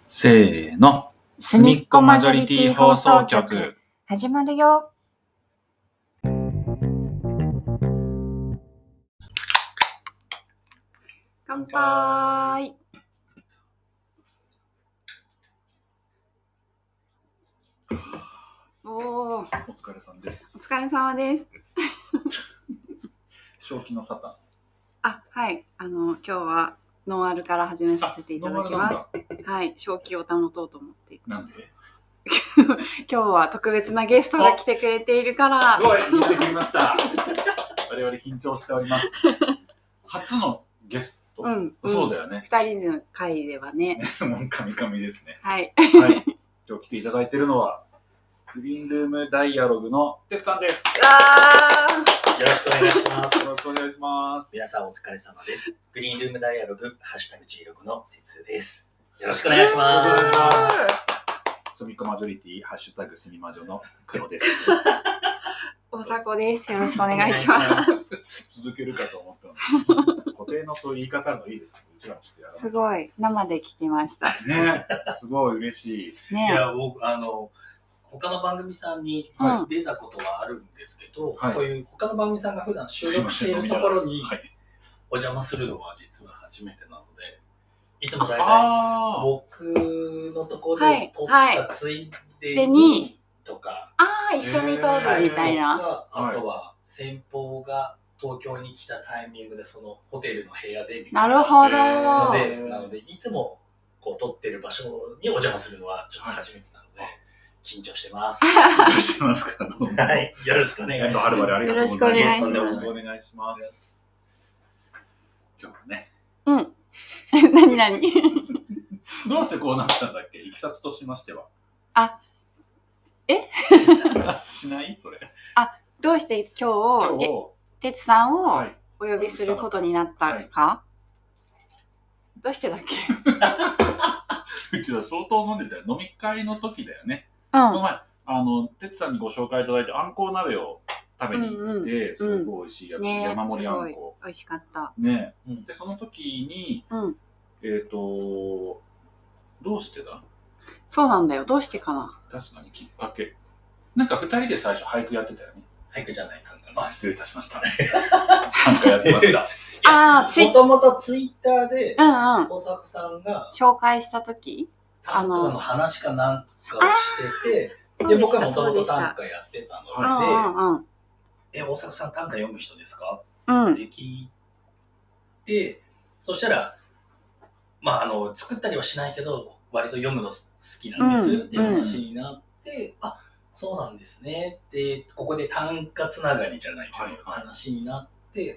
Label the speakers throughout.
Speaker 1: せーの。すみっこマジョリティ放送局。
Speaker 2: 始まるよ。乾杯。
Speaker 1: お疲れさんです。
Speaker 2: お疲れ様です。
Speaker 1: 正気の沙汰。
Speaker 2: はい。今日はノンアルから始めさせていただきます。はい。正気を保とうと思って。
Speaker 1: なんで？
Speaker 2: 今日は特別なゲストが来てくれているから。
Speaker 1: すごい、見てきました。我々緊張しております。初のゲスト。そうだよね。
Speaker 2: 2人の会ではね。
Speaker 1: もう神々ですね。
Speaker 2: はい。
Speaker 1: 今日来ていただいているのはグリーンルームダイアログのテツさんです。
Speaker 3: よろしくお願いします。
Speaker 1: よろしくお願いします。
Speaker 3: 皆さんお疲れ様です。グリーンルームダイアログハッシュタグ G6 のテツです。よろしくお願いします。
Speaker 1: すみっこマジョリティハッシュタグすみまじょの黒です。
Speaker 2: 大迫です。よろしくお願いします。
Speaker 1: 続けるかと思ったので、固定のそういう言い方のいいです。うちらもちょっとやらない。
Speaker 2: すごい生で聞きました。
Speaker 1: ね、すごい嬉しい。
Speaker 3: ね、いや僕他の番組さんに出たことはあるんですけど、こういう他の番組さんが普段収録しているところにお邪魔するのは実は初めてなので、いつも大体僕のところで撮ったついでにとか、
Speaker 2: 一緒に撮るみたいな。
Speaker 3: あとは先方が東京に来たタイミングでそのホテルの部屋でみたいな。
Speaker 2: なるほど。
Speaker 3: なのでいつもこう撮ってる場所にお邪魔するのはちょっと初めてなので。緊張してます。
Speaker 1: 緊張してますか？
Speaker 3: はい、よろしくお願いします。
Speaker 2: よろしくお願いします。
Speaker 1: よろしくお願いします。今日はね。
Speaker 2: 何
Speaker 1: どうしてこうなったんだっけ？いきさつとしましては。しない？それ。
Speaker 2: どうして今日てつさんをお呼びすることになったか？どうしてだっけ？
Speaker 1: うちは相当飲んでたよ。飲み会の時だよね。この前、てつさんにご紹介いただいて、あんこう鍋を食べに行って、すごい美味しいやつ、山盛りあんこ。
Speaker 2: 美味しかった。
Speaker 1: ね。で、その時に、どうしてだ？
Speaker 2: そうなんだよ。どうしてかな？
Speaker 1: 確かにきっかけ。なんか2人で最初俳句やってたよね。
Speaker 3: 俳句じゃない、短歌。
Speaker 1: 失礼いたしました。短歌やってました。
Speaker 3: もともとツイッターで、大迫さんが
Speaker 2: 紹介した時
Speaker 3: 短歌の話かなんかをしてて、で、僕はもともと短歌やってたので、大迫さん短歌読む人ですかって聞いて、そしたら、作ったりはしないけど、割と読むの好きなんですっていう話になって、そうなんですねって、ここで短歌つながりじゃないけど、話になって、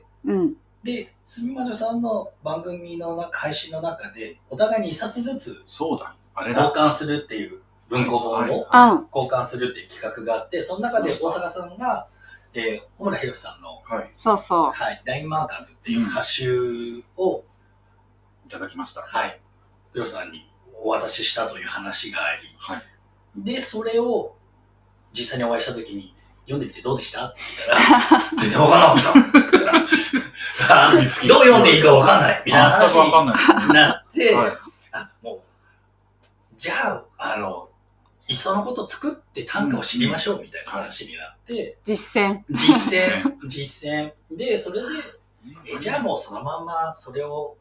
Speaker 3: で、すみまじょさんの番組の配信の中で、お互いに一冊ずつ交換するっていう文庫本を交換するっていう企画があって、その中で大阪さんが、小村博さんの、ラインマーカーズっていう歌集を
Speaker 1: いただきました。
Speaker 3: 黒さんにお渡ししたという話があり、で、それを実際にお会いしたときに、読んでみてどうでしたって言ったら、全然わからなかった。どう読んでいいかわかんないみたいな話になって、もう、じゃあ、いっそのこと作って短歌を知りましょうみたいな話になって、
Speaker 2: 実践
Speaker 3: で、それで、じゃあもうそのまんまそれを、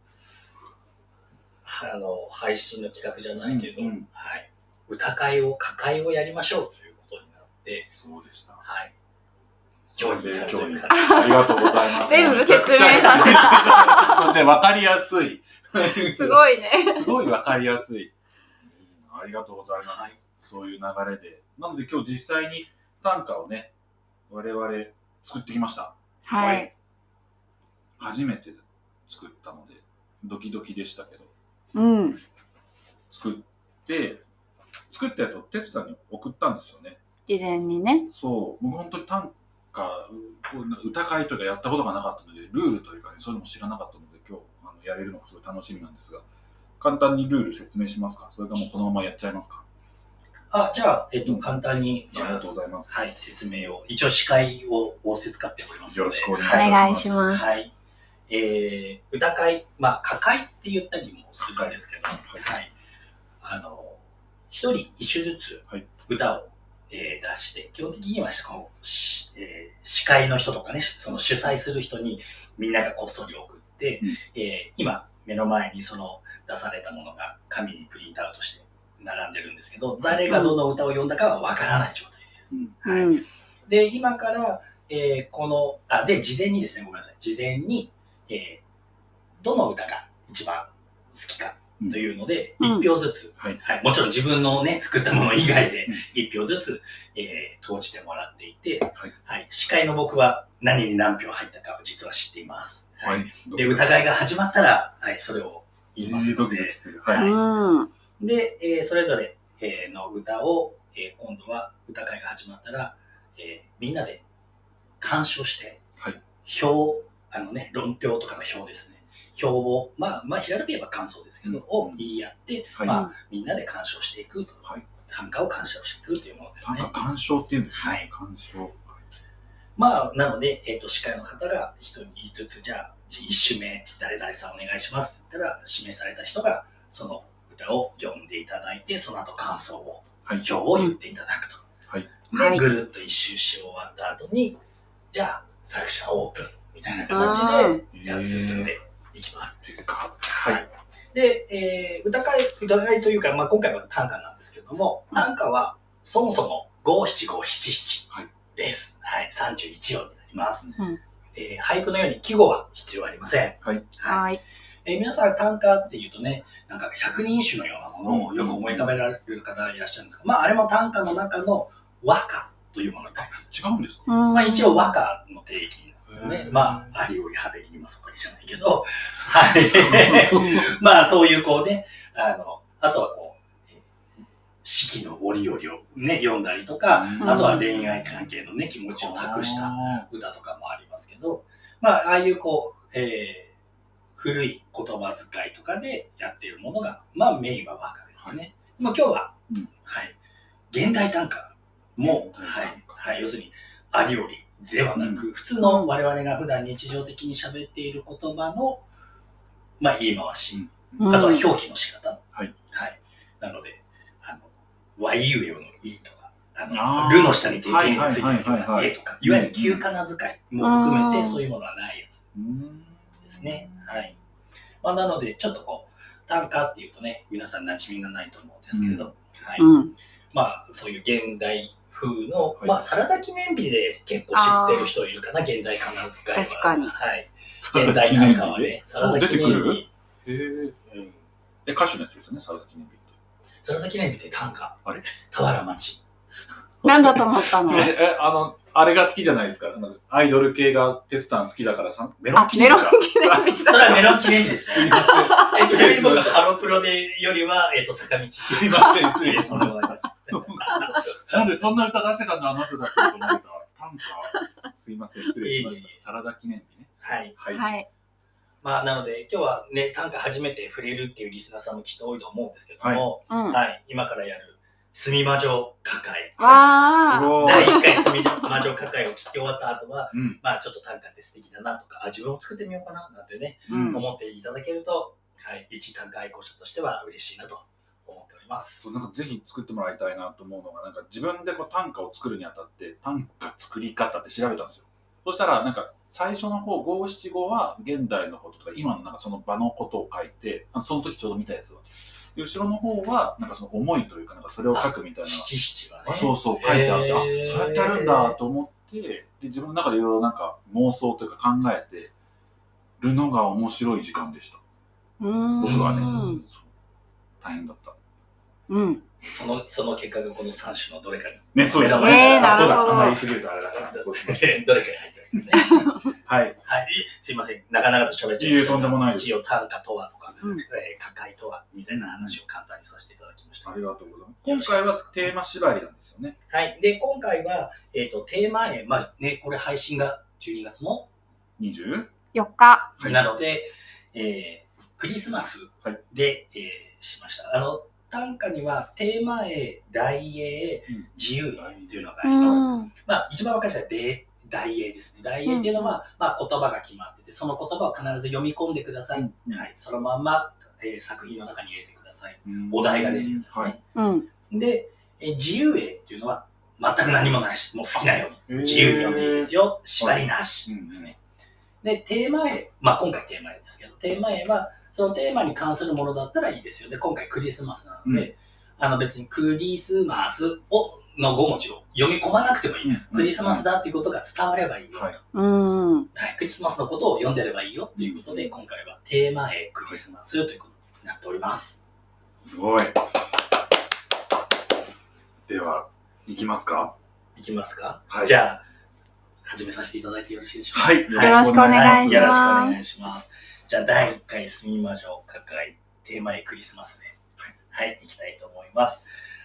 Speaker 3: 配信の企画じゃないけど、歌会をやりましょうということになって、
Speaker 1: そうでした。
Speaker 3: 今日に至るというか。
Speaker 1: ありがとうございます。
Speaker 2: 全部説明させた。
Speaker 1: わかりやすい。
Speaker 2: すごいね。
Speaker 1: すごいわかりやすい。ありがとうございます。そういう流れで。なので今日実際に短歌をね、我々作ってきました。初めて作ったので、ドキドキでしたけど。作ったやつをてつさんに送ったんですよね。
Speaker 2: 事前にね。
Speaker 1: そう、僕本当に短歌、歌会とかやったことがなかったので、ルールというかね、そういうのも知らなかったので、今日やれるのがすごい楽しみなんですが、簡単にルール説明しますか？それかもうこのままやっちゃいますか？
Speaker 3: じゃあ、簡単に、
Speaker 1: ありがとうございます。
Speaker 3: 説明を。一応司会を仰せ使っておりますので。
Speaker 1: よろしくお願いします。
Speaker 3: 歌会、歌会って言ったりもするんですけど、 一人一首ずつ歌を、出して、基本的には司会の人とかね、その主催する人にみんながこっそり送って、今目の前にその出されたものが紙にプリントアウトして並んでるんですけど、誰がどの歌を読んだかはわからない状態です。はい、で、今から、で、事前にですね、ごめんなさい。事前に、どの歌が一番好きかというので、1票ずつ、もちろん自分のね、作ったもの以外で1票ずつ、投じてもらっていて、司会の僕は何に何票入ったかを実は知っています。で、歌会が始まったら、それを言いますので、で、それぞれの歌を、今度は歌会が始まったら、みんなで鑑賞して、票、論評とかの票ですね。票を、平たく言えば感想ですけど、を言い合って、みんなで鑑賞していくと。短歌を鑑賞していくというものですね。
Speaker 1: 鑑賞っていうんですね。鑑賞。
Speaker 3: なので、司会の方が一人ずつ、じゃあ、一首目、誰々さんお願いしますって言ったら、指名された人が、その歌を読んでいただいて、その後感想を、票を言っていただくと。で、ぐるっと一周し終わった後に、じゃあ、作者オープンみたいな形で、進んでいきます。で、歌会というか、今回は短歌なんですけども、短歌はそもそも五七五七七です。31音になります。俳句のように季語は必要ありません。皆さん短歌っていうとね、なんか百人一首のようなものをよく思い浮かべられる方がいらっしゃるんですが、あれも短歌の中の和歌というものになります。
Speaker 1: 違うんですか？
Speaker 3: 一応和歌の定義ね、ありよりはべりにもそっかりじゃないけど、そういうこうね、あとはこう、四季の折々をね、読んだりとか、あとは恋愛関係のね、気持ちを託した歌とかもありますけど、ああいうこう、古い言葉遣いとかでやっているものが、メインは和歌ですよね。今日は、現代短歌も、要するに、ありよりではなく、普通の我々が普段日常的に喋っている言葉の、言い回し、あとは表記の仕方。なので、和ゆえおのいとか、るの下に定型がついてるようなえとか、いわゆる旧仮名遣いも含めて、そういうものはないやつですね。なので、ちょっとこう、短歌っていうとね、皆さん馴染みがないと思うんですけれど、そういう現代風の、サラダ記念日で結構知ってる人いるかな、現代仮名遣いは。
Speaker 2: 確かに。
Speaker 3: 現代短歌はね、
Speaker 1: サラダ記念日。歌手のやつですよね、サラダ記念日って。
Speaker 3: サラダ記念日って短歌。あれ？俵町。
Speaker 2: なんだと思ったの？
Speaker 1: あれが好きじゃないですか。アイドル系がテツさん好きだからさ、メロン記念日。
Speaker 3: それはメロン記念日です。すみません。ちなみに僕はハロプロでよりは、坂道。
Speaker 1: すみません、失礼しました。なんでそんな歌出してたんだ、あの人たちと思った。短歌。すみません、失礼しました。サラダ記念日ね。
Speaker 3: なので、今日はね、短歌初めて触れるっていうリスナーさんもきっと多いと思うんですけども、今からやる、墨魔女歌会。第1回墨魔女歌会を聞き終わった後は、ちょっと短歌って素敵だなとか、自分を作ってみようかななんてね、思っていただけると、一短歌愛好者としては嬉しいなと思っております。
Speaker 1: なんかぜひ作ってもらいたいなと思うのが、なんか自分でこう短歌を作るにあたって、短歌作り方って調べたんですよ。そしたら、なんか最初の方、五七五は現代のこととか、今のなんかその場のことを書いて、その時ちょうど見たやつは。後ろの方は、なんかその思いというか、なんかそれを書くみたいな。
Speaker 3: 七七はね。
Speaker 1: そうそう、書いてあって、そうやってやるんだと思って、で自分の中でいろいろなんか妄想というか考えてるのが面白い時間でした。僕はね、大変だった。
Speaker 3: その結果がこの3種のどれかに。
Speaker 1: ね、そうです
Speaker 2: ね。なるほど。
Speaker 1: あんまり言い過ぎるとあれだから、そうしましょう。
Speaker 3: どれかに入ってるんですね。
Speaker 1: はい。
Speaker 3: すいません。長々と喋っちゃいました。
Speaker 1: とんでもない。
Speaker 3: 一応短歌とはとか、歌会とはみたいな話を簡単にさせていただきました。
Speaker 1: ありがとうございます。今回はテーマ縛りなんですよね。
Speaker 3: はい。で、今回は、テーマへ、これ配信が12月の
Speaker 2: 24日。
Speaker 3: なので、クリスマスで、しました。短歌にはテーマ英、題英、自由英というのがあります。一番分かりやすい題英ですね。題英っていうのは、言葉が決まってて、その言葉を必ず読み込んでください。そのまんま、作品の中に入れてください。お題が出るやつですね。 で、自由英っていうのは全く何もないし、もう好きなように自由に読んでいいですよ。縛りなしですね。で、テーマ英、まあ今回テーマ英ですけど、テーマ英はそのテーマに関するものだったらいいですよ。で、今回クリスマスなので、別にクリスマスの5文字を読み込まなくてもいいです。クリスマスだっていうことが伝わればいいよ。はい、クリスマスのことを読んでればいいよということで、今回はテーマ英クリスマスということになっております。
Speaker 1: すごい。では、いきますか？
Speaker 3: いきますか？
Speaker 1: はい。
Speaker 3: じゃあ、始めさせていただいてよろしいでしょうか？
Speaker 1: はい。
Speaker 2: よろしくお願いします。
Speaker 3: よろしくお願いします。じゃあ、第1回すみまじょう各回テーマ英クリスマスで、はい、いきたいと思います。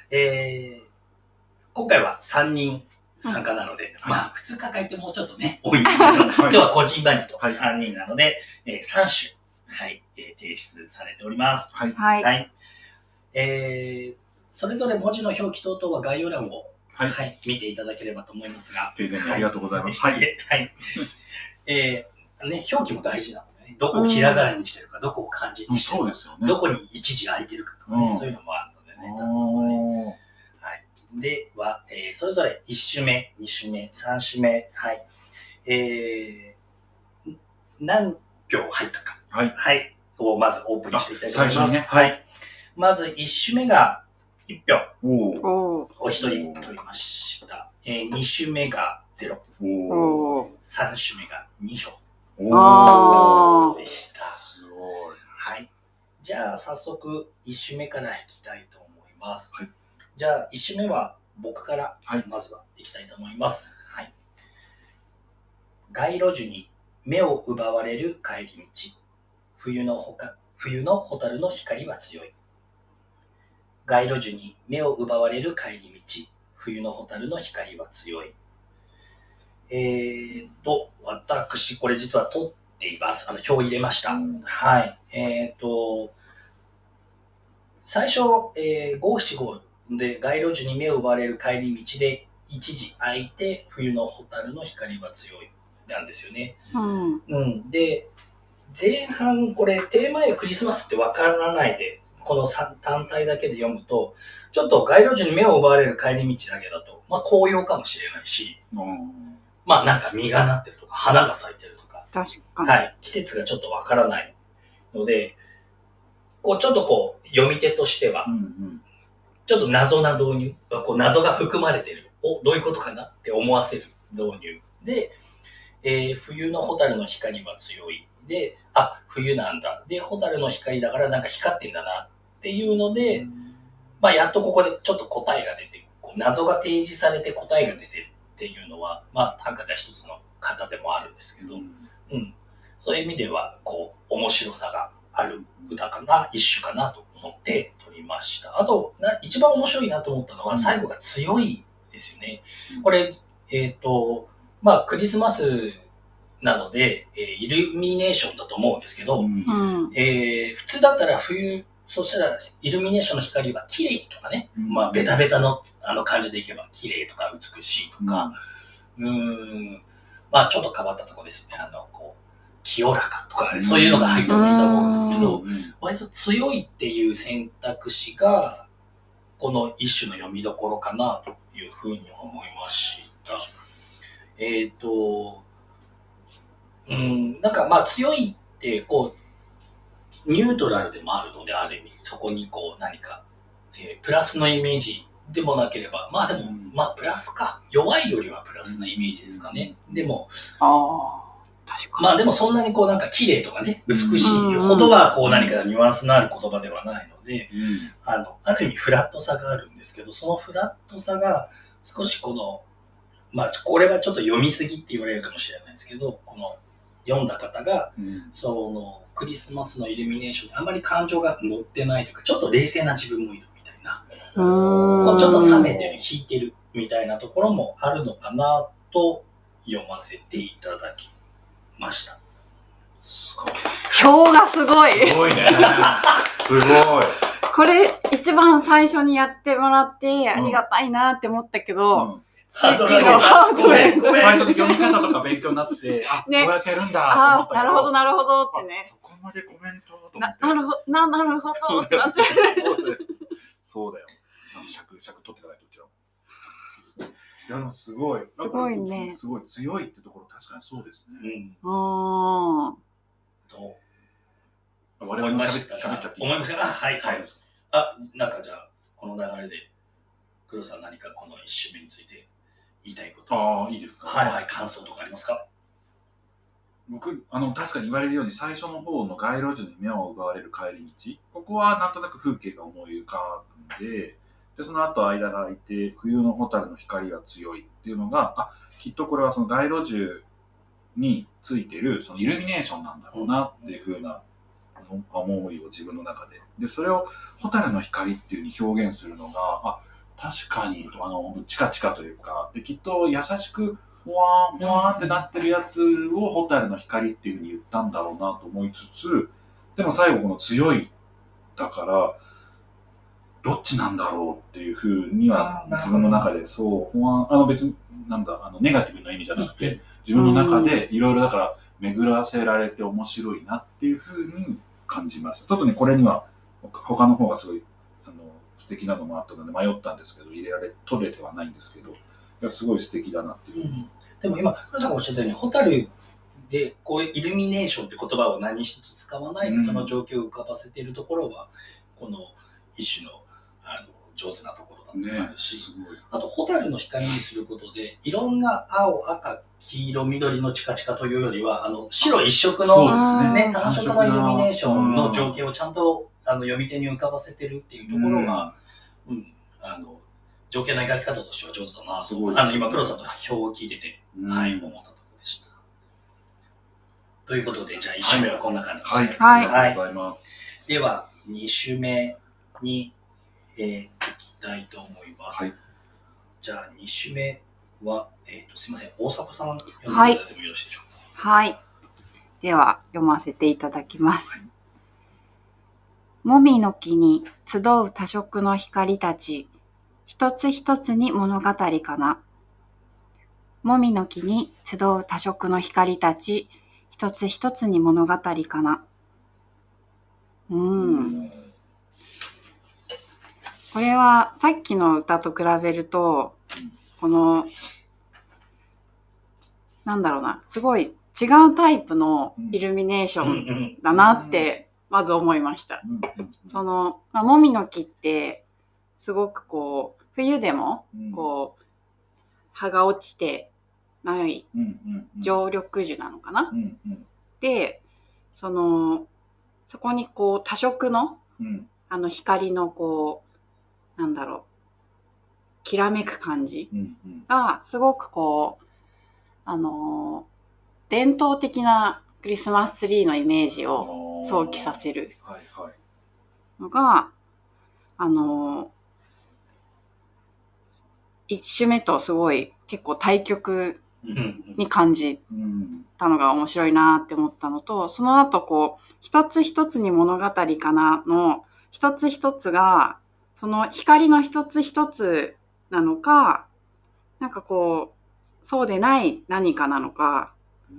Speaker 3: 今回は3人参加なので、まあ、普通抱えてもうちょっとね、多いんですけど、今日は個人バニと3人なので、3種、はい、提出されております。
Speaker 2: はい。
Speaker 3: はい。それぞれ文字の表記等々は概要欄を、はい、見ていただければと思いますが。
Speaker 1: 丁寧にありがとうございます。
Speaker 3: はい。はい。表記も大事なのでね、どこをひらがなにしてるか、どこを漢字にしてるか、どこに一字空いてるかとかね、そういうのもあるのでね。はい。では、それぞれ1種目、2種目、3種目、はい。何票入ったか。
Speaker 1: はい。
Speaker 3: はい。をまずオープンにしていきたいと思います。
Speaker 1: 最初にね。
Speaker 3: はい。まず1種目が1票。
Speaker 2: お
Speaker 3: 一人取りました。2種目が0。3種目が2票。でした。
Speaker 1: すごい。
Speaker 3: はい。じゃあ、早速1種目からいきたいと思います。
Speaker 1: はい。
Speaker 3: じゃあ、1種目は僕からまずはいきたいと思います。はい。街路樹に目を奪われる帰り道。冬の蛍の光は強い。街路樹に目を奪われる帰り道。冬の蛍の光は強い。私、これ実は取っています。表を入れました。はい。最初、五七五で街路樹に目を奪われる帰り道で一時空いて冬の蛍の光は強いなんですよね。で、前半これテーマやクリスマスってわからないで、この単体だけで読むと、ちょっと街路樹に目を奪われる帰り道だけだと、まあ紅葉かもしれないし、まあなんか実がなってるとか、花が咲いてるとか、
Speaker 2: 確かに。
Speaker 3: はい、季節がちょっとわからないので、ちょっと読み手としては、ちょっと謎な導入、謎が含まれてる、どういうことかなって思わせる導入で、冬の蛍の光は強い。で、冬なんだ。で、蛍の光だからなんか光ってんだなっていうので、まあやっとここでちょっと答えが出てる。謎が提示されて答えが出てるっていうのは、まあ短歌では一つの型でもあるんですけど、そういう意味では、面白さがある歌かな、一首かなと思って取りました。あと、一番面白いなと思ったのは、最後が強いですよね。これ、まあクリスマスなので、イルミネーションだと思うんですけど、普通だったら冬、そしたらイルミネーションの光は綺麗とかね、まあベタベタの感じでいけば綺麗とか美しいとか、まあちょっと変わったところですね。清らかとか、そういうのが入ってもいいと思うんですけど、割と強いっていう選択肢が、この一種の読みどころかなというふうに思いました。なんかまあ強いってニュートラルでもあるので、ある意味そこに何か、プラスのイメージでもなければ、まあでも、まあプラスか、弱いよりはプラスなイメージですかね。でも、
Speaker 2: 確かに。
Speaker 3: まあでもそんなになんか綺麗とかね、美しいほどは何かニュアンスのある言葉ではないので、ある意味フラットさがあるんですけど、そのフラットさが少しまあこれはちょっと読みすぎって言われるかもしれないですけど、読んだ方が、クリスマスのイルミネーションにあまり感情が乗ってないというか、ちょっと冷静な自分もいるみたいな、ちょっと冷めてる、引いてるみたいなところもあるのかなと読ませていただきました。
Speaker 2: 表がすごい。
Speaker 1: すごいね。すごい。
Speaker 2: これ一番最初にやってもらってありがたいなって思ったけど、
Speaker 3: ハードルごめん。
Speaker 1: 最初に読み方とか勉強になって、そうやってやるんだ。
Speaker 2: なるほど、なるほどってね。
Speaker 1: そこまでコメントと
Speaker 2: なるほどってなって。
Speaker 1: そうだよ。 尺取っていかないとうちは。いやでもすごい
Speaker 2: ね。
Speaker 1: すごい強いってところ確かにそうですね。我々も喋っちゃっていいですか？
Speaker 3: はい。なんかじゃあこの流れで黒さん何かこの1周目について言いたいこと。
Speaker 1: いいですか？
Speaker 3: 感想とかありますか？
Speaker 1: 僕確かに言われるように最初の方の街路樹に目を奪われる帰り道、ここはなんとなく風景が思い浮かんで、その後間が空いて冬の蛍の光が強いっていうのが、きっとこれはその街路樹についてるそのイルミネーションなんだろうなっていう風な思いを自分の中で、それを蛍の光っていう風に表現するのが確かにチカチカというかで、きっと優しくほわーんほわーんってなってるやつを蛍の光っていう風に言ったんだろうなと思いつつ、でも最後この強いだからどっちなんだろうっていう風には自分の中でそうほわん別にネガティブな意味じゃなくて自分の中でいろいろだから巡らせられて面白いなっていう風に感じました。ちょっとねこれには他の方がすごい素敵なのもあったので迷ったんですけど取れてはないんですけど、いやすごい素敵だなっていう。
Speaker 3: でも今黒さんがおっしゃったように蛍でこういうイルミネーションって言葉を何一つ使わないでその状況を浮かばせているところはこの一種の上手なところだと思うし、あと蛍の光にすることでいろんな青赤黄色緑のチカチカというよりは白一色の単色のイルミネーションの情景をちゃんと読み手に浮かばせてるっていうところは、情景の描き方としては上手だなと今黒さんの表を聞いてて、思ったところでした。ということでじゃあ1週目はこんな感じです。
Speaker 1: ありがとうございます。
Speaker 3: では2週目にいきたいと思います。じゃあ2週目は、すいません、大迫さん読んでいただいてもよろしいでしょうか。
Speaker 2: はい。では読ませていただきます。もみの木に集う多色の光たち、一つ一つに物語かな。もみの木に集う多色の光たち、一つ一つに物語かな。これはさっきの歌と比べると、このすごい違うタイプのイルミネーションだなってまず思いました。もみの木ってすごくこう冬でもこう葉が落ちてない常緑樹なのかな。で、そこにこう多色の光のこうきらめく感じがすごくこう伝統的なクリスマスツリーのイメージを想起させるのが1週目とすごい結構対極に感じたのが面白いなって思ったのと、その後こう一つ一つに物語かなの一つ一つがその光の一つ一つなのか、こうそうでない何かなのか、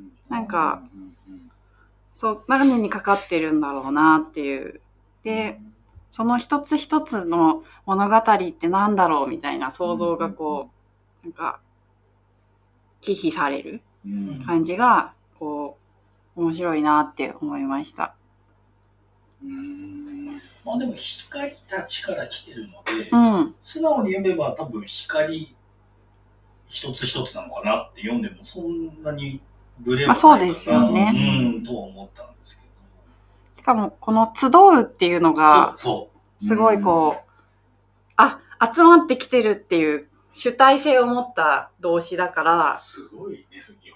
Speaker 2: 何にかかってるんだろうなっていう。で、その一つ一つの物語ってなんだろうみたいな想像がこう忌避される感じがこう面白いなって思いました。
Speaker 3: でも光たちから来てるので、素直に読めば多分光一つ一つなのかなって読んでもそんなにブレはないかな、
Speaker 2: そうですよね、
Speaker 3: と思ったんですけど。
Speaker 2: しかもこの集うっていうのがすごいこう集まってきてるっていう主体性を持った動詞だから
Speaker 1: すごいね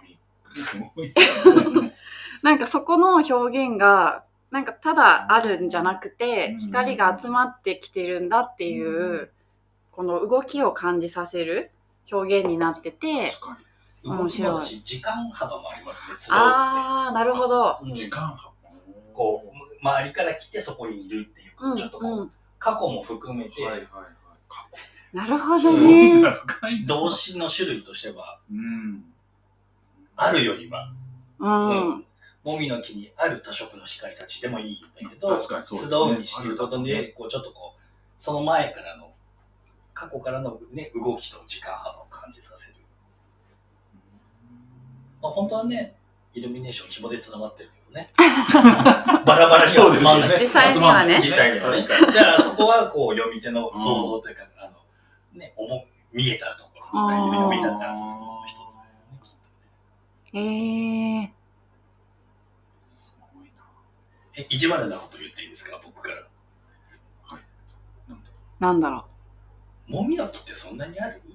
Speaker 1: 読み
Speaker 2: そこの表現がただあるんじゃなくて光が集まってきてるんだっていうこの動きを感じさせる表現になってて
Speaker 3: 面白いし時間幅もありますね。
Speaker 2: なるほど。
Speaker 1: 時間幅
Speaker 3: こう周りから来てそこにいるっていうちょっとこう過去も含めて
Speaker 2: なるほどね。
Speaker 3: 動詞の種類としてはあるよりはもみの木にある多色の光たちでもいいんだけど、集うにしていることで、ちょっとこうその前からの過去からの、ね、動きと時間幅を感じさせる。まあ、本当はね、イルミネーション紐でつながってるけどね。バラバラには集まんない。
Speaker 2: 実際にはね。
Speaker 3: 実際にはね。だからそこはこう読み手の想像というか、ね、見えたところとか、読みたかったところの一つだよね、きっとね。
Speaker 1: すごい
Speaker 3: な。意地悪なこと言っていいですか、僕から。
Speaker 1: はい。
Speaker 2: なんだろ
Speaker 3: う。もみの木ってそんなにある？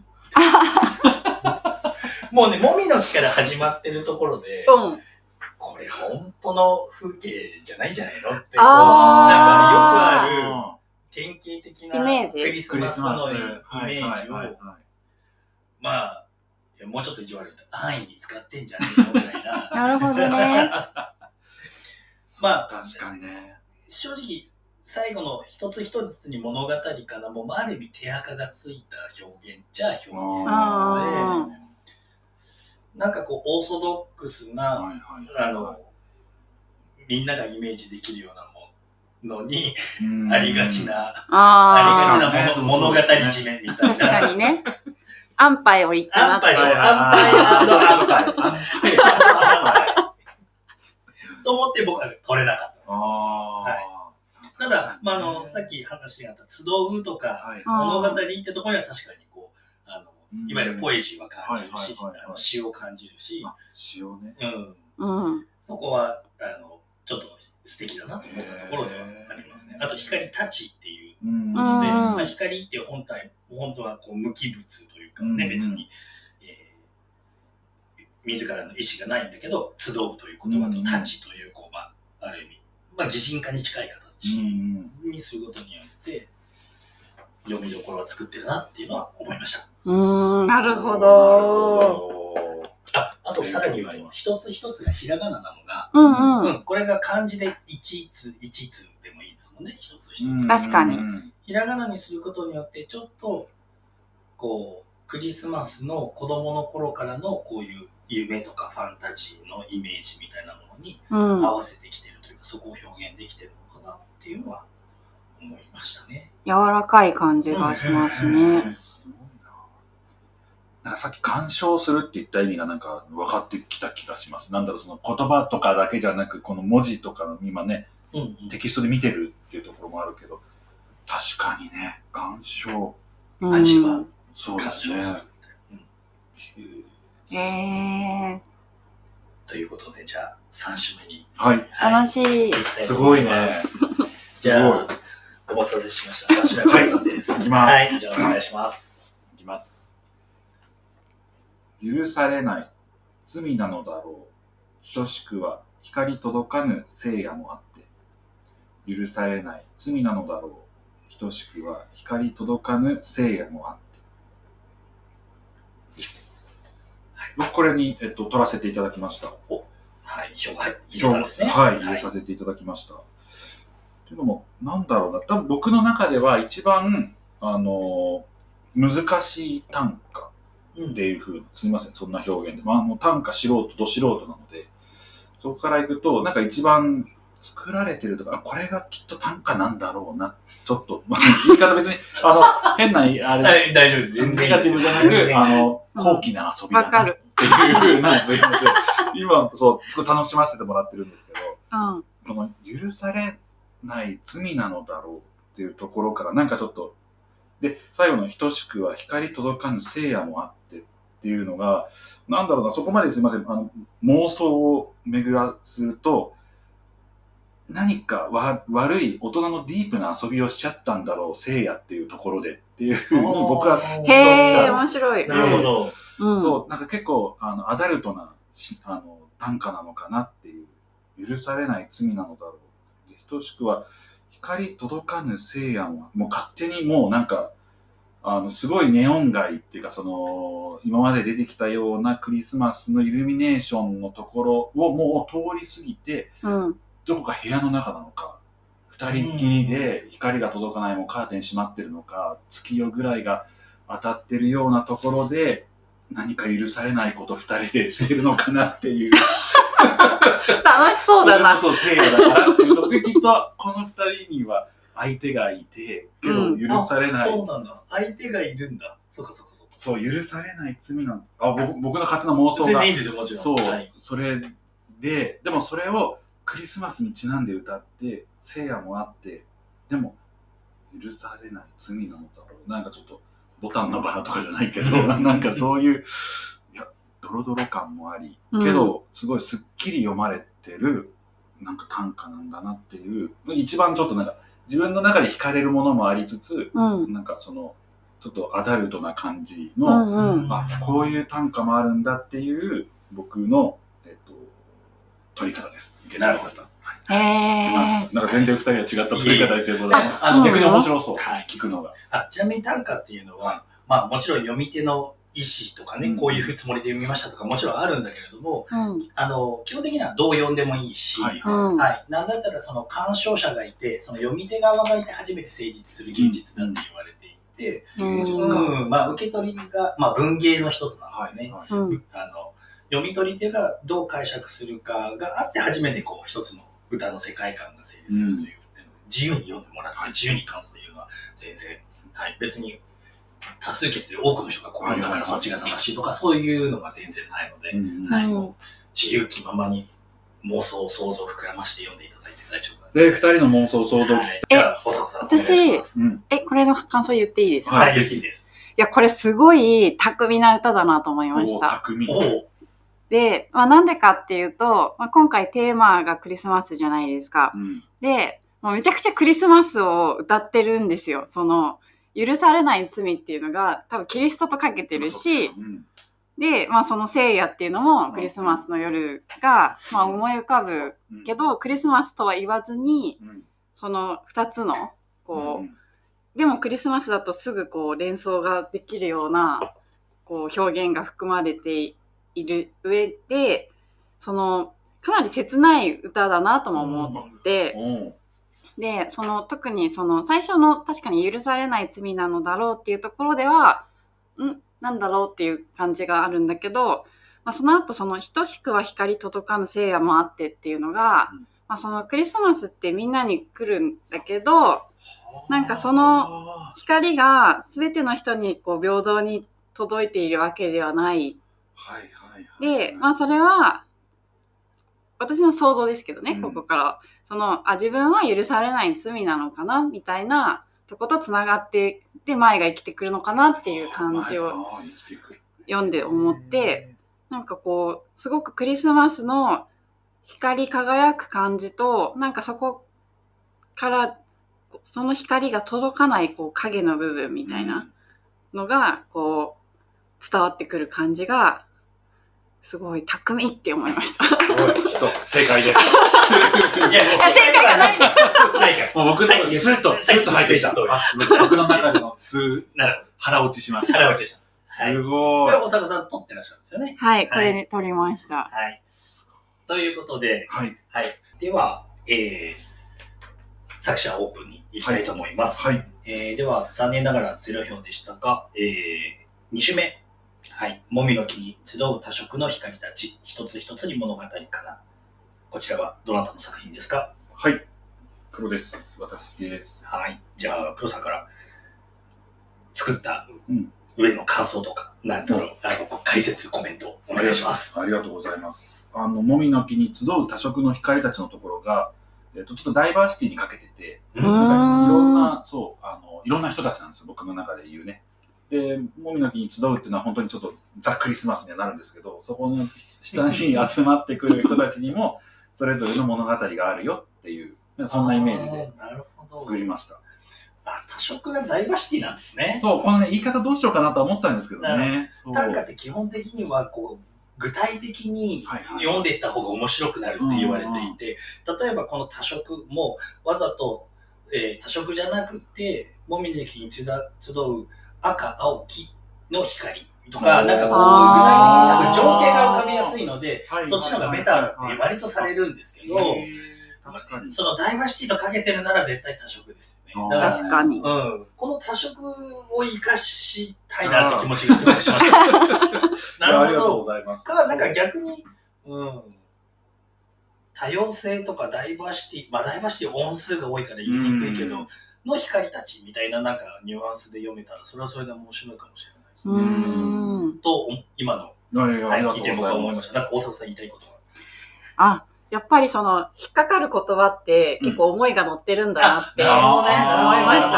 Speaker 3: もうね、もみの木から始まってるところで、これ本当の風景じゃないんじゃないのって、なんかよくある典型的なクリスマスのイメージを、まあ、もうちょっと意地悪いと安易に使ってんじゃねえのみたいな。
Speaker 2: なるほどね。
Speaker 3: まあ、
Speaker 1: 確かにね。
Speaker 3: 正直、最後の一つ一つに物語からも、ある意味手垢がついた表現じゃ表現なので、なんかこうオーソドックスな、みんながイメージできるようなものにありがちな物語締めみたいな。
Speaker 2: 確かにね。安牌を言ったなって。
Speaker 3: 安牌。と思って僕は取れなかったんです。はい、ただ、さっき話があった集うとか、物語ってところには確かにこう、いわゆるポエジーは感じるし、詩を感じるし、
Speaker 1: 詩をね。
Speaker 3: そこはちょっと素敵だなと思ったところではありますね。あと光たちっていうので、光って本当はこう無機物というかね、別に自らの意思がないんだけど、集うという言葉とたちというある意味擬人化に近い形にすることによって読みどころを作ってるなっていうのは思いました。
Speaker 2: なるほど。
Speaker 3: あとさらに言うと、一つ一つがひらがななのが、これが漢字で一通でもいいですもんね、一つ一つ。
Speaker 2: 確かに。
Speaker 3: ひらがなにすることによって、ちょっと、こう、クリスマスの子供の頃からのこういう夢とかファンタジーのイメージみたいなものに合わせてきてるというか、そこを表現できてるのかなっていうのは思いましたね。
Speaker 2: 柔らかい感じがしますね。
Speaker 1: なんかさっき鑑賞するって言った意味がなんか分かってきた気がします。なんだろう、その言葉とかだけじゃなく、この文字とかの今ね、テキストで見てるっていうところもあるけど、確かにね、鑑賞。
Speaker 3: 味は。
Speaker 1: そうですね。
Speaker 3: ということで、じゃあ3週目に。
Speaker 2: 楽しい。
Speaker 1: すごいね。
Speaker 3: じゃあ、お待たせしました。3週目はさんです。
Speaker 1: いきます。
Speaker 3: はい、じゃあお願いします。
Speaker 1: いきます。許されない罪なのだろう。等しくは光届かぬ聖夜もあって。許されない罪なのだろう。等しくは光届かぬ聖夜もあって。僕これに、取らせていただきました。
Speaker 3: はい、票が入れたんですね。
Speaker 1: はい、入れさせていただきました。というのも、なんだろうな、多分僕の中では一番、難しい短歌っていうふうに、すみません、そんな表現で。短歌素人、ど素人なので、そこからいくと、なんか一番作られてるとか、これがきっと短歌なんだろうな、ちょっと、言い方別に、変な、あれ、
Speaker 3: 大丈夫です。全然
Speaker 1: ネガティブじゃなく、高貴な遊びだなっていうふうな、今、そう、すごい楽しませてもらってるんですけど、この許されない罪なのだろうっていうところから、なんかちょっと、で、最後の等しくは光届かぬ聖夜もあってっていうのが、なんだろうな、そこまですいません、妄想を巡らすると、何か悪い大人のディープな遊びをしちゃったんだろう、聖夜っていうところでっていうふうに僕は。
Speaker 2: へー、面白い。
Speaker 3: なるほど。
Speaker 1: そう、なんか結構、アダルトな短歌なのかなっていう、許されない罪なのだろう。等しくは、光届かぬ聖夜は、もう勝手にもうなんか、すごいネオン街っていうか、今まで出てきたようなクリスマスのイルミネーションのところをもう通り過ぎて、どこか部屋の中なのか、二人っきりで光が届かない、もうカーテン閉まってるのか、月夜ぐらいが当たってるようなところで、何か許されないこと二人でしてるのかなっていう。
Speaker 2: 楽しそうだな。
Speaker 1: そう、聖夜だからっていうと、で、きっとこの二人には、 相手がいてけど許されない、
Speaker 3: そうなんだ、相手がいるんだ。そうか。
Speaker 1: そう許されない罪なの。僕の勝手な妄想が
Speaker 3: 全然いいんですよ、もちろん。
Speaker 1: そう、それでもそれをクリスマスにちなんで歌って聖夜もあってでも許されない罪なのだろう。なんかちょっとボタンのバラとかじゃないけどなんかそういうドロドロ感もありけど、すごいすっきり読まれてるなんか短歌なんだなっていう、一番ちょっとなんか自分の中で惹かれるものもありつつ、なんかそのちょっとアダルトな感じの、こういう短歌もあるんだっていう僕の、取り方です。
Speaker 3: なるほど。
Speaker 1: なんか全然2人は違った取り方してそうだな。逆に面白そう、聞くのが。
Speaker 3: ちなみに短歌っていうのは、まあもちろん読み手の意思とかね、こういうつもりで読みましたとかもちろんあるんだけれども、基本的にはどう読んでもいいし、なんだったらその鑑賞者がいて、その読み手側がいて初めて成立する芸術だって言われていて、まあ受け取りが、まあ文芸の一つなのでね、読み取り手がどう解釈するかがあって初めてこう一つの歌の世界観が成立するという、自由に読んでもらって自由に感じというのは全然、別に多数決で多くの人がこう読んだからそっちが正しいとかそういうのが全然ないので、もう自由気ままに妄想想像を膨らまして読んでいただいて大丈夫
Speaker 1: で、2人の妄想想像聞きたい。
Speaker 3: じゃあ、保坂さんお願いします。
Speaker 2: これの感想言っていいですか？
Speaker 3: はい、いいです。
Speaker 2: いや、これすごい巧みな歌だなと思いました。
Speaker 1: 巧み。
Speaker 2: で、なんでかっていうと、今回テーマがクリスマスじゃないですか。で、もうめちゃくちゃクリスマスを歌ってるんですよ。その、許されない罪っていうのが多分キリストとかけてるし、で、その聖夜っていうのもクリスマスの夜が、思い浮かぶけど、クリスマスとは言わずに、その2つの、こう、でもクリスマスだとすぐこう連想ができるような、こう表現が含まれている上で、その、かなり切ない歌だなとも思って、で、その特にその最初の確かに許されない罪なのだろうっていうところでは、なんだろうっていう感じがあるんだけど、その後その等しくは光届かぬ聖夜もあってっていうのが、そのクリスマスってみんなに来るんだけど、なんかその光が全ての人にこう平等に届いているわけではない。で、それは私の想像ですけどね、ここからその自分は許されない罪なのかなみたいなとことつながってで前が生きてくるのかなっていう感じを読んで思って、なんかこうすごくクリスマスの光り輝く感じと、なんかそこからその光が届かないこう影の部分みたいなのがこう伝わってくる感じがすごい巧みって思いました。
Speaker 1: 正解です。
Speaker 2: いや正解がないんです。
Speaker 1: もう僕スッと入ってきた。僕の中での腹落ちしました。
Speaker 3: 腹落ちした。
Speaker 1: すごい。
Speaker 3: これ大阪さん撮ってらっしゃるんですよね。
Speaker 2: はい、これで撮りました。
Speaker 3: はい。ということで、では、作者オープンに行きたいと思います。では、残念ながら0票でしたが、2週目。もみの木に集う多色の光たち、一つ一つに物語かな。こちらはどなたの作品ですか？
Speaker 1: はい。黒です。私です。
Speaker 3: じゃあ、黒さんから作った上の感想とか、なんだろう、解説、コメントお願いします。
Speaker 1: ありがとうございます。もみの木に集う多色の光たちのところが、ちょっとダイバーシティにかけてて、いろんな人たちなんですよ、僕の中で言うね。で、もみの木に集うっていうのは本当にちょっとザ・クリスマスにはなるんですけど、そこの下に集まってくる人たちにもそれぞれの物語があるよっていう、そんなイメージで作りました。
Speaker 3: 多色がダイバーシティなんですね。
Speaker 1: そう、このね、言い方どうしようかなと思ったんですけどね。
Speaker 3: 短歌って基本的にはこう具体的に読んでいった方が面白くなるって言われていて、例えばこの多色もわざと、多色じゃなくてもみの木に集う赤、青、黄の光とか、なんかこう具体的に多分情景が浮かびやすいので、そっちの方がベターだって割とされるんですけど、そのダイバーシティとかけてるなら絶対多色ですよね。
Speaker 2: 確かに。
Speaker 3: この多色を生かしたいなって気持ちがすごくしました。なるほど。なんか逆に、多様性とかダイバーシティ、ダイバーシティ音数が多いから言いにくいけど、 の光たちみたいななんかニュアンスで読めたら、それはそれで面白いかもしれないですね。と、今の、聞いて僕は思いました。なんか大迫さん言いたいこと
Speaker 2: は。やっぱりその引っかかる言葉って結構思いが乗ってるんだなって思いました。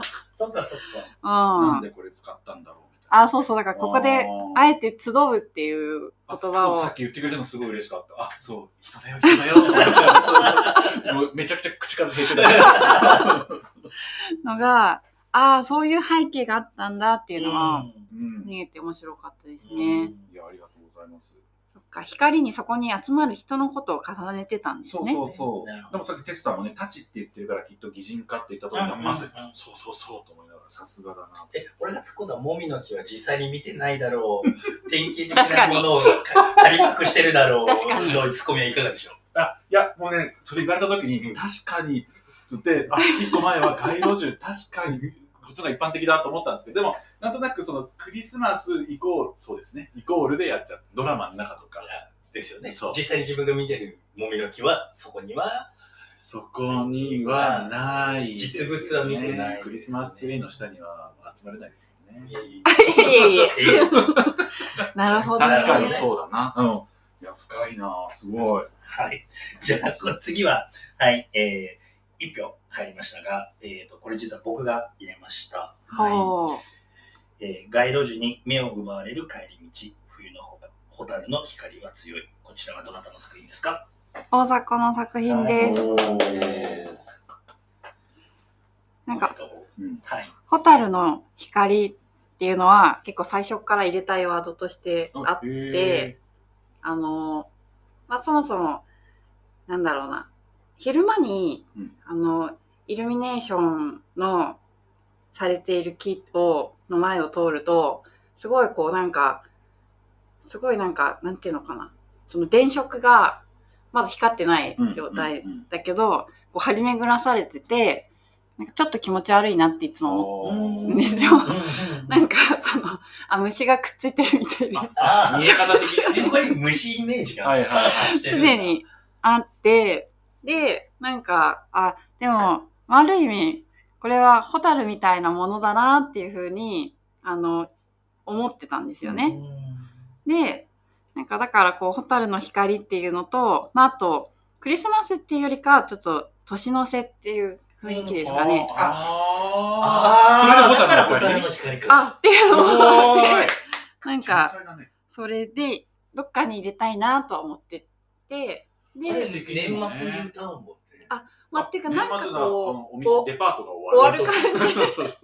Speaker 3: そっかそっか。
Speaker 1: なんでこれ使ったんだろうみたいな。
Speaker 2: そうそう、だからここであえて集うっていう言葉を。
Speaker 1: さっき言ってくれたのすごい嬉しかった。そう、人だよ、人だよ。もうめちゃくちゃ口数減ってた。
Speaker 2: のが、そういう背景があったんだっていうのは見えて面白かったですね。
Speaker 1: いや、ありがとうございます。
Speaker 2: 光にそこに集まる人のことを重ねてたんですね。
Speaker 1: そう。でもさっきテツさんもね、タチって言ってるからきっと擬人化って言ったと思うまず、そうと思いながら、さすがだな。
Speaker 3: 俺が突っ込んだもみの木は実際に見てないだろう。典型的なものを仮パクしてるだろう。
Speaker 2: 確かに。
Speaker 3: のツッコミはいかがでしょう？
Speaker 1: いや、もうね、それ言われた時に、確かに、で、一個前は街路樹、確かに、こっちが一般的だと思ったんですけど、でも、なんとなくそのクリスマスイコール、そうですね、イコールでやっちゃって、ドラマの中とか。
Speaker 3: ですよね。実際に自分が見てるもみの木は、そこには
Speaker 1: ない、ね。
Speaker 3: 実物は見てない、ね。
Speaker 1: クリスマスツリーの下には集まれないですよね。
Speaker 2: いえ。なるほど、ね。
Speaker 1: 確かにそうだな。いや、深いな、すごい。
Speaker 3: はい。じゃあ、次は、はい、1票入りましたが、これ実は僕が入れました。はい。街路樹に目を奪われる帰り道、冬の蛍の光は強い。こちらはどなたの作品ですか？
Speaker 2: 大迫の作品です。なんか、蛍の光っていうのは結構最初から入れたいワードとしてあって、そもそもなんだろうな、昼間に、イルミネーションのされている木の前を通ると、すごいなんていうのかな、その電飾がまだ光ってない状態だけど、こう張り巡らされてて、なんかちょっと気持ち悪いなっていつも思うんですよ。なんか虫がくっついてるみたいで。
Speaker 1: 見え方的に
Speaker 3: すごい虫イメージが
Speaker 2: すでにあって、で、なんか、でも、悪い意味、これは蛍みたいなものだなっていうふうに、思ってたんですよね。で、なんかだからこう、蛍の光っていうのと、あと、クリスマスっていうよりか、ちょっと年の瀬っていう雰囲気ですかね。
Speaker 1: それで蛍の光か。
Speaker 2: っていうのもあって、なんか、それで、どっかに入れたいなとは思ってて、
Speaker 3: で、年末に歌うもんね。
Speaker 2: っていうか、なんかこう、
Speaker 1: デパートが
Speaker 2: 終わる感じ。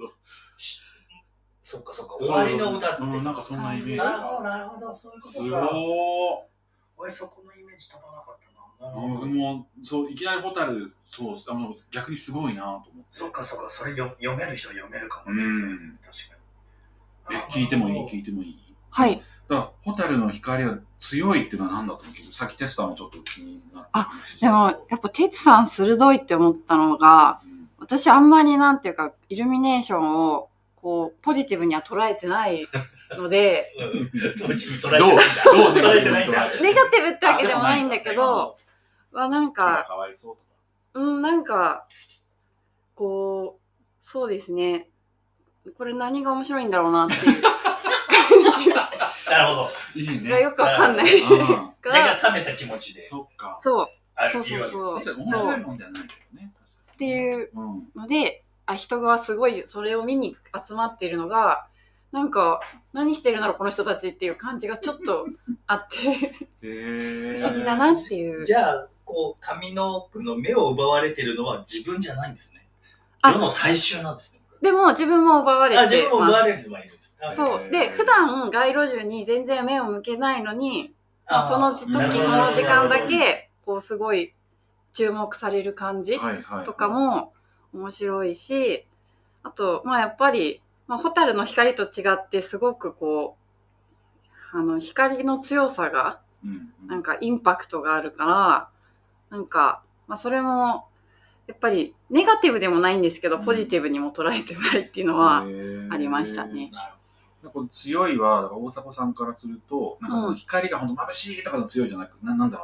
Speaker 3: そっか、終わりの歌って。
Speaker 1: なんかそんなイメージ。
Speaker 3: なるほど、そういうことか。
Speaker 1: すごー。
Speaker 3: 俺そこのイメージ飛ばなかったな。
Speaker 1: 僕も、いきなり蛍、逆にすごいなと思って。
Speaker 3: そっか、それ読める人は読めるかもね。
Speaker 1: 確かに。聞いてもいい
Speaker 2: はい。
Speaker 1: だから、蛍の光が強いっていうのは何だと思うけど、さっきテツさんもちょっと気になって。
Speaker 2: でも、やっぱテツさん鋭いって思ったのが、私あんまりなんていうか、イルミネーションを、こう、ポジティブには捉えてないので、
Speaker 3: ポジティブに捉えてないんだ。
Speaker 2: ネガティブってわけでもないんだけど、なんか、
Speaker 1: かわいそう
Speaker 2: とか。なんか、こう、そうですね。これ何が面白いんだろうなっていう感じ。
Speaker 3: なるほど。
Speaker 1: いいね。
Speaker 2: よくわかんない。
Speaker 3: 若干冷めた気持ちで。
Speaker 1: そっか。
Speaker 2: そう。
Speaker 1: 面白いもんじゃないけどね。
Speaker 2: っていうので、人がすごいそれを見に集まっているのが、なんか何してるんだろうこの人たちっていう感じがちょっとあって不思議だなっていう。
Speaker 3: じゃあこう上の奥の目を奪われてるのは自分じゃないんですね。世の大衆なんですね。
Speaker 2: でも自分も奪われてます。
Speaker 3: 自分も奪われてはいるんです。
Speaker 2: そうで、普段街路樹に全然目を向けないのに、その時その時間だけこうすごい注目される感じとかも面白いし、あとやっぱり蛍の光と違ってすごくこう光の強さがなんかインパクトがあるから、なんかそれもやっぱりネガティブでもないんですけど、ポジティブにも捉えてないっていうのはありましたね。
Speaker 1: この強いは大迫さんからすると、なんかその光が本当眩しいとかの強いじゃなく、なんだろうな、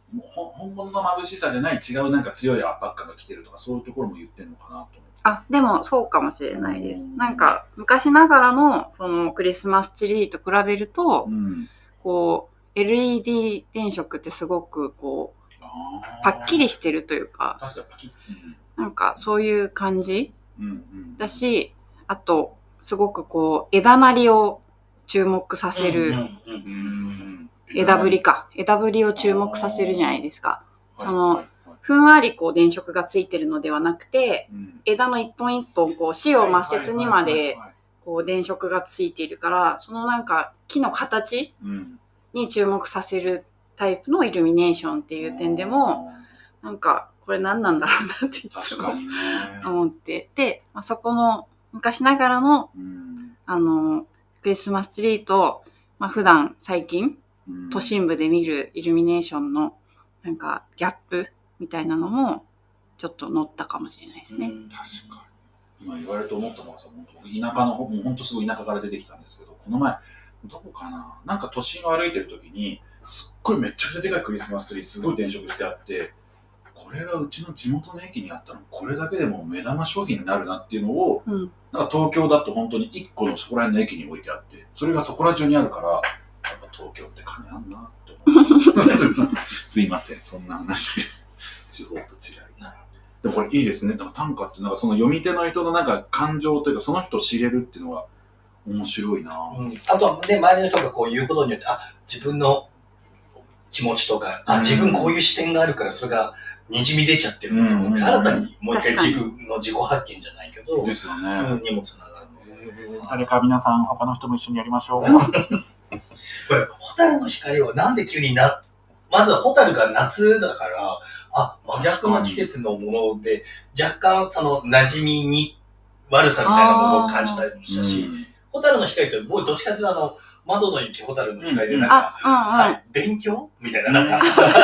Speaker 1: もう本物の眩しさじゃない違うなんか強い圧迫感が来てるとか、そういうところも言ってるのかなと思って。
Speaker 2: あ、でもそうかもしれないです。なんか昔ながらのそのクリスマスツリーと比べると、こう LED 電飾ってすごくこうパッキリしてるというか、
Speaker 1: 確かにパキッ、
Speaker 2: なんかそういう感じだし、あとすごくこう枝なりを注目させる、枝ぶりを注目させるじゃないですか。そのふんわりこう電飾がついてるのではなくて、枝の一本一本こう枝葉末節にまでこう電飾がついているから、そのなんか木の形に注目させるタイプのイルミネーションっていう点でも、なんかこれ何なんだろうなっていつも思ってて、そこの昔ながらのクリスマスツリーと、普段最近都心部で見るイルミネーションのなんかギャップみたいなのもちょっと乗ったかもしれないですね。
Speaker 1: 確かに。今言われると思ったのがさ、僕田舎の方、もう本当すごい田舎から出てきたんですけど、この前どこかな、なんか都心を歩いてる時にすっごいめっちゃくちゃでかいクリスマスツリーすごい電飾してあって、これがうちの地元の駅にあったのこれだけでも目玉商品になるなっていうのを、なんか東京だと本当に1個のそこら辺の駅に置いてあって、それがそこら中にあるから、やっぱ東京って金あんなって思う。すいません、そんな話です。地方と違い。でもこれいいですね。短歌ってなんかその読み手の人のなんか感情というかその人を知れるっていうのが面白いな。
Speaker 3: あとはね、周りの人がこう言うことによって、自分の気持ちとか、自分こういう視点があるからそれがにじみ出ちゃってるので、新たにもう一回自分の自己発見じゃないけど、
Speaker 1: ですよね。
Speaker 3: にもつながるので。
Speaker 1: 誰か皆さん他の人も一緒にやりましょう。
Speaker 3: これ蛍の光はなんで急にまずは蛍が夏だから、真逆の季節のもので、若干その馴染みに悪さみたいなものを感じたりもしたし、蛍の光って僕どっちかというと窓の雪蛍の光でなんか、勉強みたいな、なんか、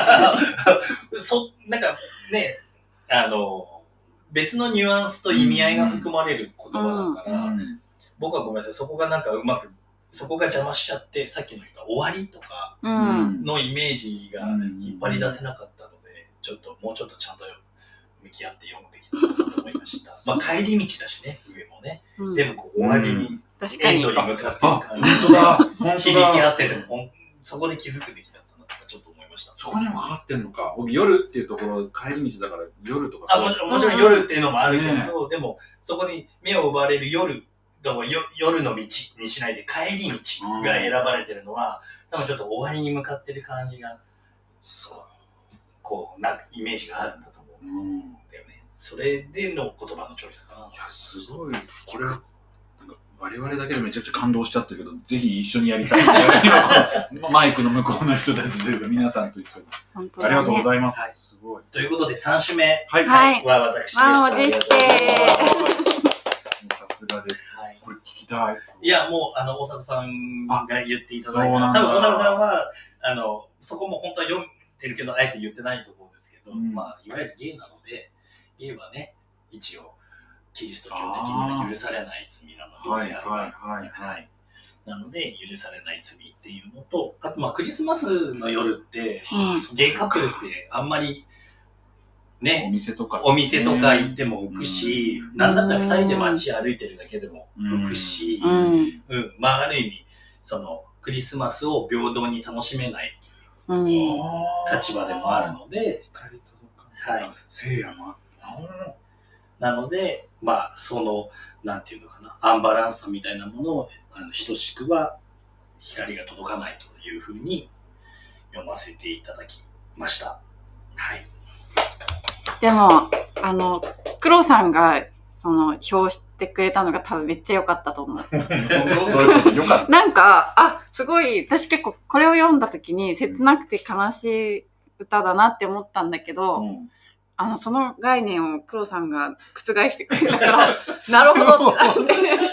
Speaker 3: なんかね、別のニュアンスと意味合いが含まれる言葉だから、僕はごめんなさい、そこがなんかそこが邪魔しちゃって、さっきの言った終わりとかのイメージが引っ張り出せなかったので、もうちょっとちゃんと向き合って読むべきだなと思いました。帰り道だしね、上もね、全部こう終わりに、エンドに向かってる感じ。響き合ってても、そこで気づくべきだったなとかちょっと思いました。
Speaker 1: そこにもかかってんのか。僕夜っていうところ、帰り道だから夜とか
Speaker 3: もちろん夜っていうのもあるけど、でもそこに目を奪われる夜の道にしないで帰り道が選ばれてるのは、多分ちょっと終わりに向かってる感じが、こうイメージがあるんだと思うんだよね。それでの言葉のチョイスかな。い
Speaker 1: や、すごい。これなんか我々だけでめちゃくちゃ感動しちゃってるけど、ぜひ一緒にやりたい。マイクの向こうの人たちというか皆さんと一緒に。ありがとうございます。すごい。
Speaker 3: ということで3種目
Speaker 2: は
Speaker 3: 私でした。
Speaker 2: 満を持して。
Speaker 1: さすがです。これ聞きたい。
Speaker 3: いや、もう、大阪さんが言っていただいた。多分、大阪さんは、そこも本当は読んでるけど、あえて言ってないと思うんですけど、いわゆるゲイなので、ゲイはね、一応、キリスト教的には許されない罪なので、なので、許されない罪っていうのと、あと、クリスマスの夜って、ゲイカップルってあんまり、ね、お店とか行っても浮くし、なんだったら2人で街歩いてるだけでも浮くし、ある意味そのクリスマスを平等に楽しめない立場でもあるので、なのでそのなんていうのかな、アンバランスさみたいなものを等しくは光が届かないというふうに読ませていただきました。はい。
Speaker 2: でも黒さんが評してくれたのが多分めっちゃ良かったと思う。なんかすごい私結構これを読んだ時に切なくて悲しい歌だなって思ったんだけど、その概念を黒さんが覆してくれたからなるほどってなって。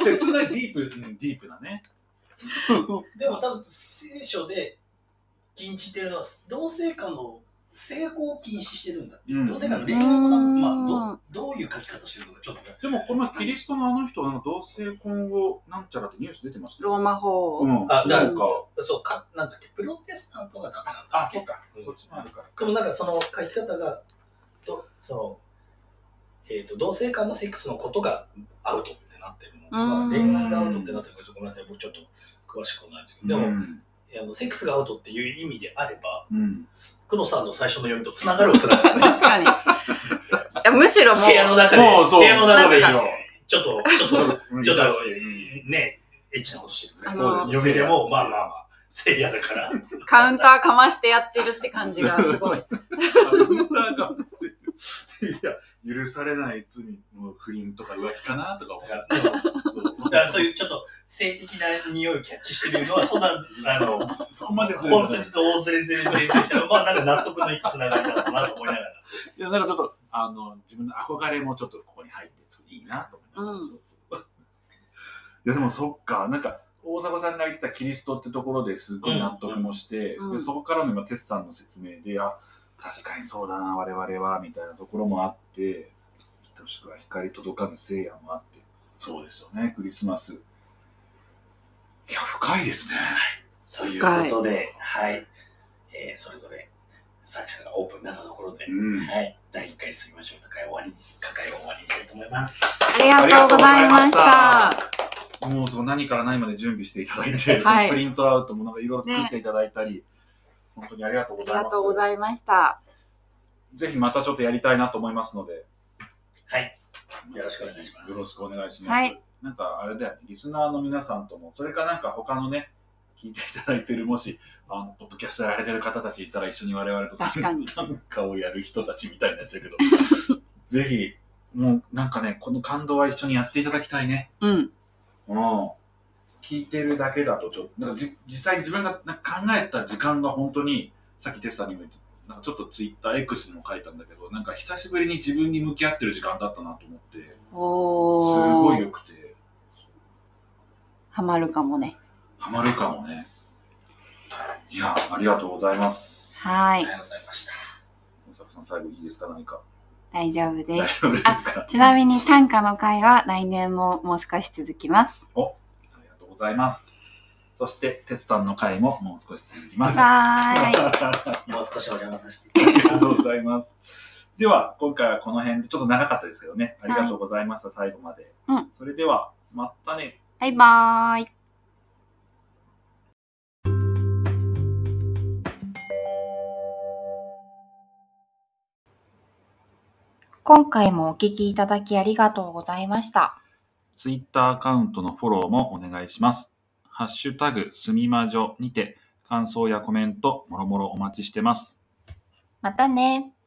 Speaker 1: 切ないディープなね。
Speaker 3: でも多分聖書で禁じてるのは同性間の成功を禁止してるんだって。同性間の恋愛もどういう書き方してるのかちょっと。
Speaker 1: でもこのキリストのあの人は同性婚をなんちゃらってニュース出てました。
Speaker 2: ローマ法。
Speaker 3: なんかそうなんだっけ、プロテスタントがダメなんだ。
Speaker 1: あ、そうか。そっちもあるから。
Speaker 3: でもなんかその書き方が同性間のセックスのことがアウトってなってるのが、恋愛がアウトってなってるのかごめんなさい、僕ちょっと詳しくないんですけど、でもセックスがアウトっていう意味であれば、黒さんの最初の読みとつながるおつながる。
Speaker 2: 確かに。いやむしろもう
Speaker 3: 部屋の中でちょっとねエッチなことしてるぐらい。読みでもまあ聖夜だから
Speaker 2: カウンターかましてやってるって感じがすごい。
Speaker 1: カウンターか。いや許されない罪も不倫とか浮気かなとか思
Speaker 3: う。だからそういうちょっと性的な匂いをキャッチしてるのはそんな
Speaker 1: そこまで
Speaker 3: 本筋と大ずれずれでしたらなんか納得のいくつながりだったなと思いながら。
Speaker 1: いやなんかちょっと自分の憧れもちょっとここに入っていいなと思いながら。いやでもそっか、なんか大迫さんが言ってたキリストってところですごい納得もして、でそこからの今テスさんの説明で確かにそうだな我々はみたいなところもあって、等しくは光届かぬ聖夜もあって、そうですよね、クリスマス。いや深いですね。
Speaker 3: ということで、それぞれ作者がオープンなところで、第1回進みましょう。会を終わりにしたいと思います。
Speaker 2: ありがとうございました。
Speaker 1: もうその何から何まで準備していただいて、プリントアウトもなんかいろいろ作っていただいたり、本当にありがとうございます。
Speaker 2: ありがとうございました。
Speaker 1: ぜひまたちょっとやりたいなと思いますので、
Speaker 3: よろしくお願いします。
Speaker 1: よろしくお願いします。なんかあれだよね、リスナーの皆さんとも、それかなんか他のね、聞いていただいてる、もしポッドキャストやられてる方たちいたら一緒に我々となんかをやる人たちみたいになっちゃうけど、ぜひもうなんかね、この感動は一緒にやっていただきたいね。聞いてるだけだとちょっとなんか実際に自分がなんか考えた時間が本当に、さっきテスさんにも言ってなんかちょっとツイッター X にも書いたんだけど、なんか久しぶりに自分に向き合ってる時間だったなと思って、すごい良くて
Speaker 2: ハマるかもね。
Speaker 1: いや、ありがとうございます。
Speaker 3: ありがとうございました。
Speaker 1: 大迫さん、最後いいですか、何か。
Speaker 2: 大丈夫です。ちなみに短歌の会は来年ももう少し続きます。
Speaker 1: ありがとうございます。そして哲さんの会ももう少し続きます。
Speaker 3: もう少しお邪魔させていただきます。
Speaker 1: ありがとうございます。では今回はこの辺でちょっと長かったですけどね、ありがとうございました、最後まで。それではまたね。
Speaker 2: バイバーイ。今回もお聞きいただきありがとうございました。
Speaker 1: Twitter アカウントのフォローもお願いします。ハッシュタグすみまじょにて感想やコメントもろもろお待ちしてます。
Speaker 2: またね。